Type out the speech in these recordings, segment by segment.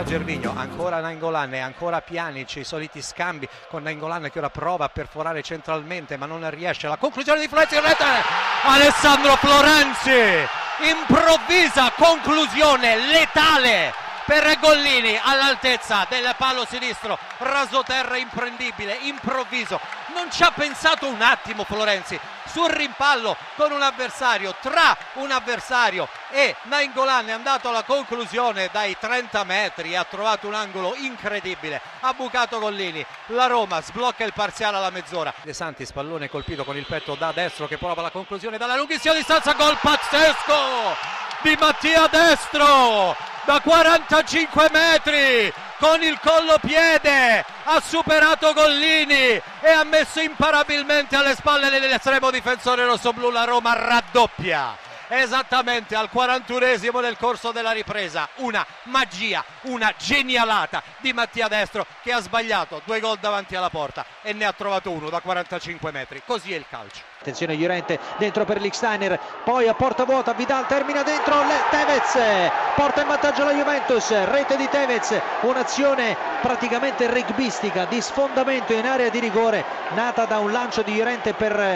Gervinho, ancora Nainggolan e ancora Pjanic, i soliti scambi con Nainggolan che ora prova a perforare centralmente ma non riesce. La conclusione di Florenzi in rete, Alessandro Florenzi, improvvisa conclusione letale per Gollini all'altezza del palo sinistro, rasoterra imprendibile, improvviso, non ci ha pensato un attimo Florenzi, sul rimpallo con un avversario, tra un avversario e Nainggolan è andato alla conclusione dai 30 metri, ha trovato un angolo incredibile, ha bucato Gollini, la Roma sblocca il parziale alla mezz'ora. De Santis, pallone colpito con il petto da destro che prova la conclusione dalla lunghissima distanza, gol pazzesco di Mattia Destro da 45 metri con il collopiede ha superato Gollini e ha messo imparabilmente alle spalle dell'estremo difensore rossoblu. La Roma raddoppia esattamente al 41esimo nel corso della ripresa, una magia, una genialata di Mattia Destro che ha sbagliato 2 gol davanti alla porta e ne ha trovato uno da 45 metri, così è il calcio. Attenzione Llorente dentro per Lichtsteiner, poi a porta vuota Vidal termina dentro, Tevez porta in vantaggio la Juventus, rete di Tevez, un'azione praticamente rugbistica di sfondamento in area di rigore nata da un lancio di Llorente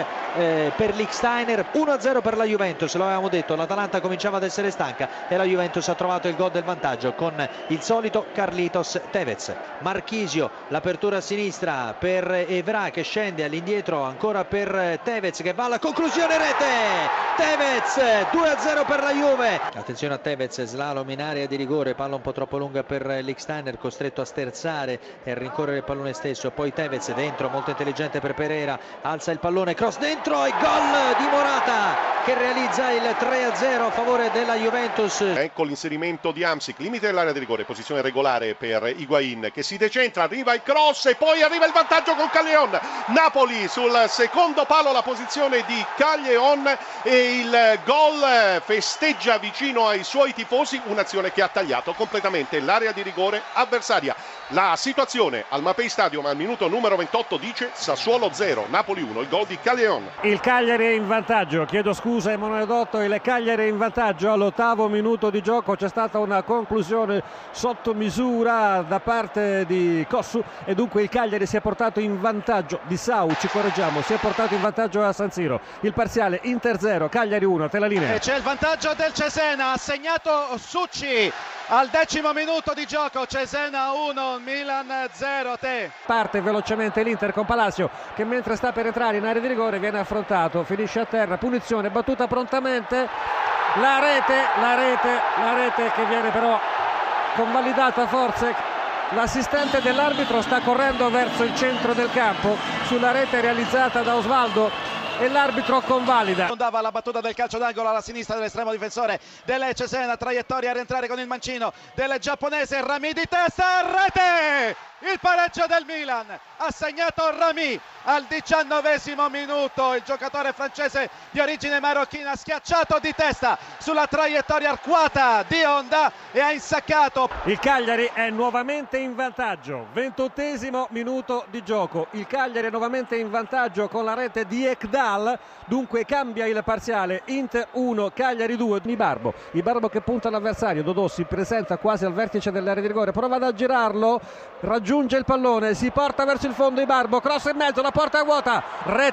per Lichtsteiner. 1-0 per la Juventus, lo avevamo detto, l'Atalanta cominciava ad essere stanca e la Juventus ha trovato il gol del vantaggio con il solito Carlitos Tevez. Marchisio, l'apertura a sinistra per Evra che scende all'indietro ancora per Tevez che va alla conclusione, rete Tevez, 2-0 per la Juve. Attenzione a Tevez, slalom in area di rigore, palla un po' troppo lunga per Lichtsteiner, costretto a sterzare e a rincorrere il pallone stesso, poi Tevez dentro, molto intelligente per Pereira, alza il pallone, cross dentro e gol di Morata che realizza il 3-0 a favore della Juventus. Ecco l'inserimento di Hamsik, limite dell'area di rigore, posizione regolare per Higuain che si decentra, arriva il cross e poi arriva il vantaggio con Callejon. Napoli sul secondo palo, la posizione di Callejon e il gol, festeggia vicino ai suoi tifosi, un'azione che ha tagliato completamente l'area di rigore avversaria. La situazione al Mapei Stadium al minuto numero 28 dice Sassuolo 0, Napoli 1, il gol di Callejon. Il Cagliari è in vantaggio, chiedo scusa Emanuele Dotto, il Cagliari è in vantaggio all'8° minuto di gioco, c'è stata una conclusione sotto misura da parte di Kossu e dunque il Cagliari si è portato in vantaggio di Sau, ci correggiamo, si è portato in vantaggio a San Siro. Il parziale Inter 0, Cagliari 1, te la linea. E c'è il vantaggio del Cesena, ha segnato Succi al 10° minuto di gioco, Cesena 1, Milan 0, te. Parte velocemente l'Inter con Palacio che mentre sta per entrare in area di rigore viene affrontato, finisce a terra, punizione battuta prontamente, la rete che viene però convalidata forse. L'assistente dell'arbitro sta correndo verso il centro del campo sulla rete realizzata da Osvaldo e l'arbitro convalida. Andava la battuta del calcio d'angolo alla sinistra dell'estremo difensore del Cesena, traiettoria a rientrare con il mancino del giapponese, Rami di testa, rete! Il pareggio del Milan, ha segnato Rami al 19° minuto, il giocatore francese di origine marocchina schiacciato di testa sulla traiettoria arcuata di Honda e ha insaccato. Il Cagliari è nuovamente in vantaggio, 28° minuto di gioco, il Cagliari è nuovamente in vantaggio con la rete di Ekdal, dunque cambia il parziale, Inter 1, Cagliari 2, Ibarbo che punta l'avversario, Dodò si presenta quasi al vertice dell'area di rigore, prova ad aggirarlo, raggiunge il pallone, si porta verso il fondo Ibarbo, cross in mezzo, la porta è vuota,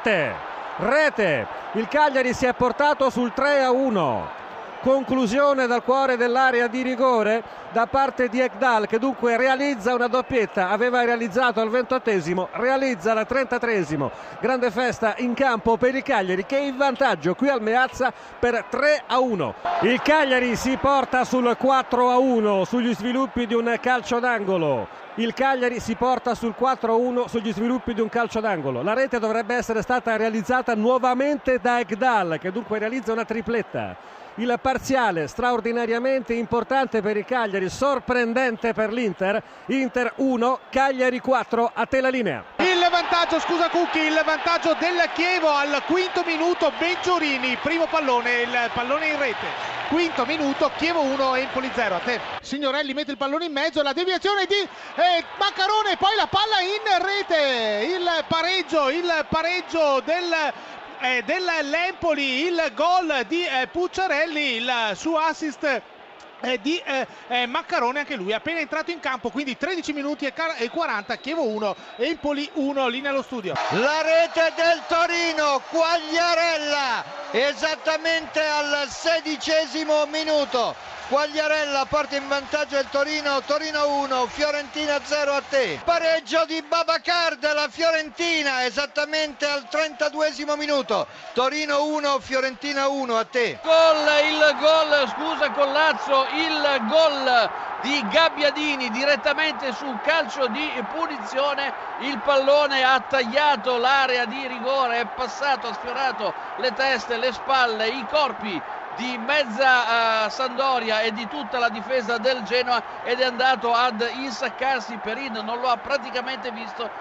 rete, il Cagliari si è portato sul 3-1, conclusione dal cuore dell'area di rigore da parte di Ekdal che dunque realizza una doppietta, aveva realizzato al 28°, realizza al 33°, grande festa in campo per il Cagliari che è in vantaggio qui al Meazza per 3-1. Il Cagliari si porta sul 4-1 sugli sviluppi di un calcio d'angolo. Il Cagliari si porta sul 4-1 sugli sviluppi di un calcio d'angolo. La rete dovrebbe essere stata realizzata nuovamente da Ekdal che dunque realizza una tripletta. Il parziale straordinariamente importante per il Cagliari, sorprendente per l'Inter. Inter 1, Cagliari 4, a te la linea. Il vantaggio, scusa Cucchi, il vantaggio del Chievo al 5° minuto, Benggiorini, primo pallone, il pallone in rete. 5° minuto, Chievo 1, Empoli 0, a te. Signorelli mette il pallone in mezzo, la deviazione di Maccarone, poi la palla in rete, il pareggio dell'Empoli, il gol di Pucciarelli, il suo assist di Maccarone, anche lui appena entrato in campo, quindi 13 minuti e 40, Chievo 1, Empoli 1, linea allo studio. La rete del Torino, Quagliarella, esattamente al 16° minuto. Quagliarella porta in vantaggio il Torino, Torino 1, Fiorentina 0 a te. Pareggio di Babacar della Fiorentina, esattamente al 32° minuto. Torino 1, Fiorentina 1 a te. Il gol, scusa Collazzo, il gol di Gabbiadini direttamente sul calcio di punizione. Il pallone ha tagliato l'area di rigore, è passato, ha sfiorato le teste, le spalle, i corpi di mezza Sampdoria e di tutta la difesa del Genoa ed è andato ad insaccarsi. Perin non lo ha praticamente visto.